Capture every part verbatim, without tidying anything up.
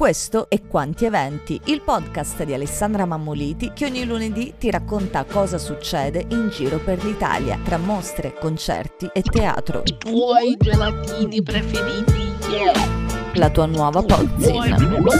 Questo è Quanti Eventi, il podcast di Alessandra Mammoliti che ogni lunedì ti racconta cosa succede in giro per l'Italia, tra mostre, concerti e teatro. I tuoi gelatini preferiti, yeah. La tua nuova pozzina.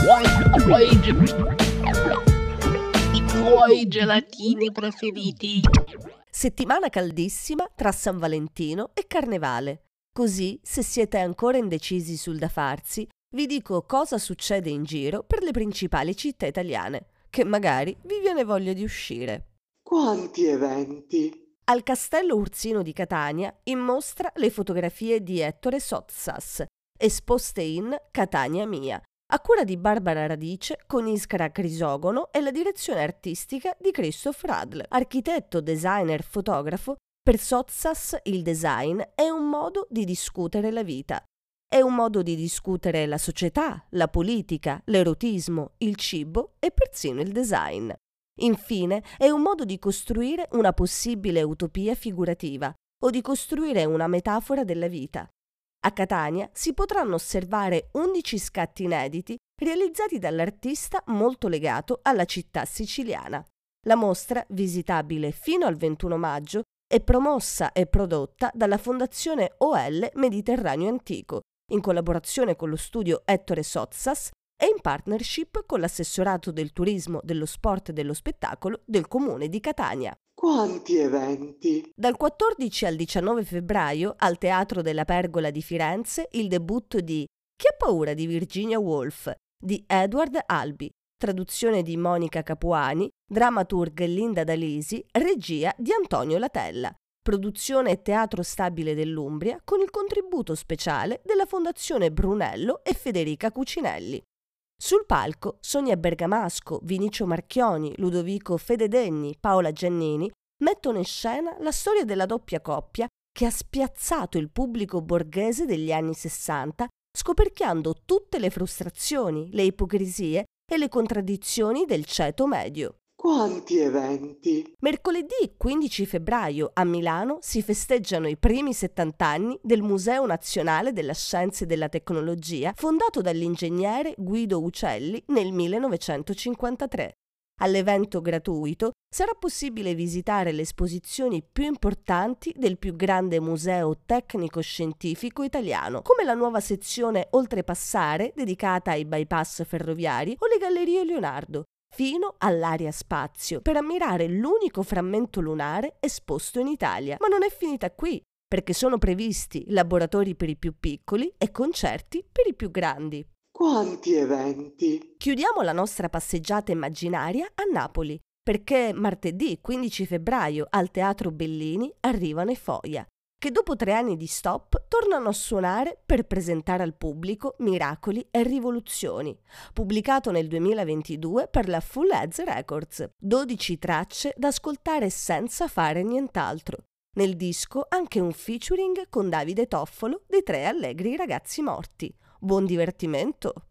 I tuoi gelatini preferiti. Settimana caldissima tra San Valentino e Carnevale. Così, se siete ancora indecisi sul da farsi, vi dico cosa succede in giro per le principali città italiane, che magari vi viene voglia di uscire. Quanti eventi! Al Castello Ursino di Catania in mostra le fotografie di Ettore Sottsass, esposte in Catania Mia, a cura di Barbara Radice con Iskra Crisogono e la direzione artistica di Christoph Radl. Architetto, designer, fotografo, per Sottsass il design è un modo di discutere la vita. È un modo di discutere la società, la politica, l'erotismo, il cibo e persino il design. Infine, è un modo di costruire una possibile utopia figurativa o di costruire una metafora della vita. A Catania si potranno osservare undici scatti inediti realizzati dall'artista molto legato alla città siciliana. La mostra, visitabile fino al ventuno maggio, è promossa e prodotta dalla Fondazione O L Mediterraneo Antico, in collaborazione con lo studio Ettore Sottsass e in partnership con l'assessorato del turismo, dello sport e dello spettacolo del comune di Catania. Quanti eventi! Dal quattordici al diciannove febbraio al Teatro della Pergola di Firenze il debutto di Chi ha paura di Virginia Woolf di Edward Albee, traduzione di Monica Capuani, dramaturg Linda D'Alisi, regia di Antonio Latella. Produzione e Teatro Stabile dell'Umbria con il contributo speciale della Fondazione Brunello e Federica Cucinelli. Sul palco Sonia Bergamasco, Vinicio Marchioni, Ludovico Fededegni, Paola Giannini mettono in scena la storia della doppia coppia che ha spiazzato il pubblico borghese degli anni sessanta, scoperchiando tutte le frustrazioni, le ipocrisie e le contraddizioni del ceto medio. Quanti eventi! Mercoledì quindici febbraio a Milano si festeggiano i primi settanta anni del Museo Nazionale della Scienza e della Tecnologia, fondato dall'ingegnere Guido Uccelli nel millenovecentocinquantatré. All'evento gratuito sarà possibile visitare le esposizioni più importanti del più grande museo tecnico-scientifico italiano, come la nuova sezione Oltrepassare dedicata ai bypass ferroviari o le Gallerie Leonardo, fino all'area spazio, per ammirare l'unico frammento lunare esposto in Italia. Ma non è finita qui, perché sono previsti laboratori per i più piccoli e concerti per i più grandi. Quanti eventi! Chiudiamo la nostra passeggiata immaginaria a Napoli, perché martedì quindici febbraio al Teatro Bellini arrivano i Foia, che dopo tre anni di stop tornano a suonare per presentare al pubblico Miracoli e Rivoluzioni, pubblicato nel duemilaventidue per la Full Heads Records, dodici tracce da ascoltare senza fare nient'altro. Nel disco anche un featuring con Davide Toffolo dei Tre Allegri Ragazzi Morti. Buon divertimento!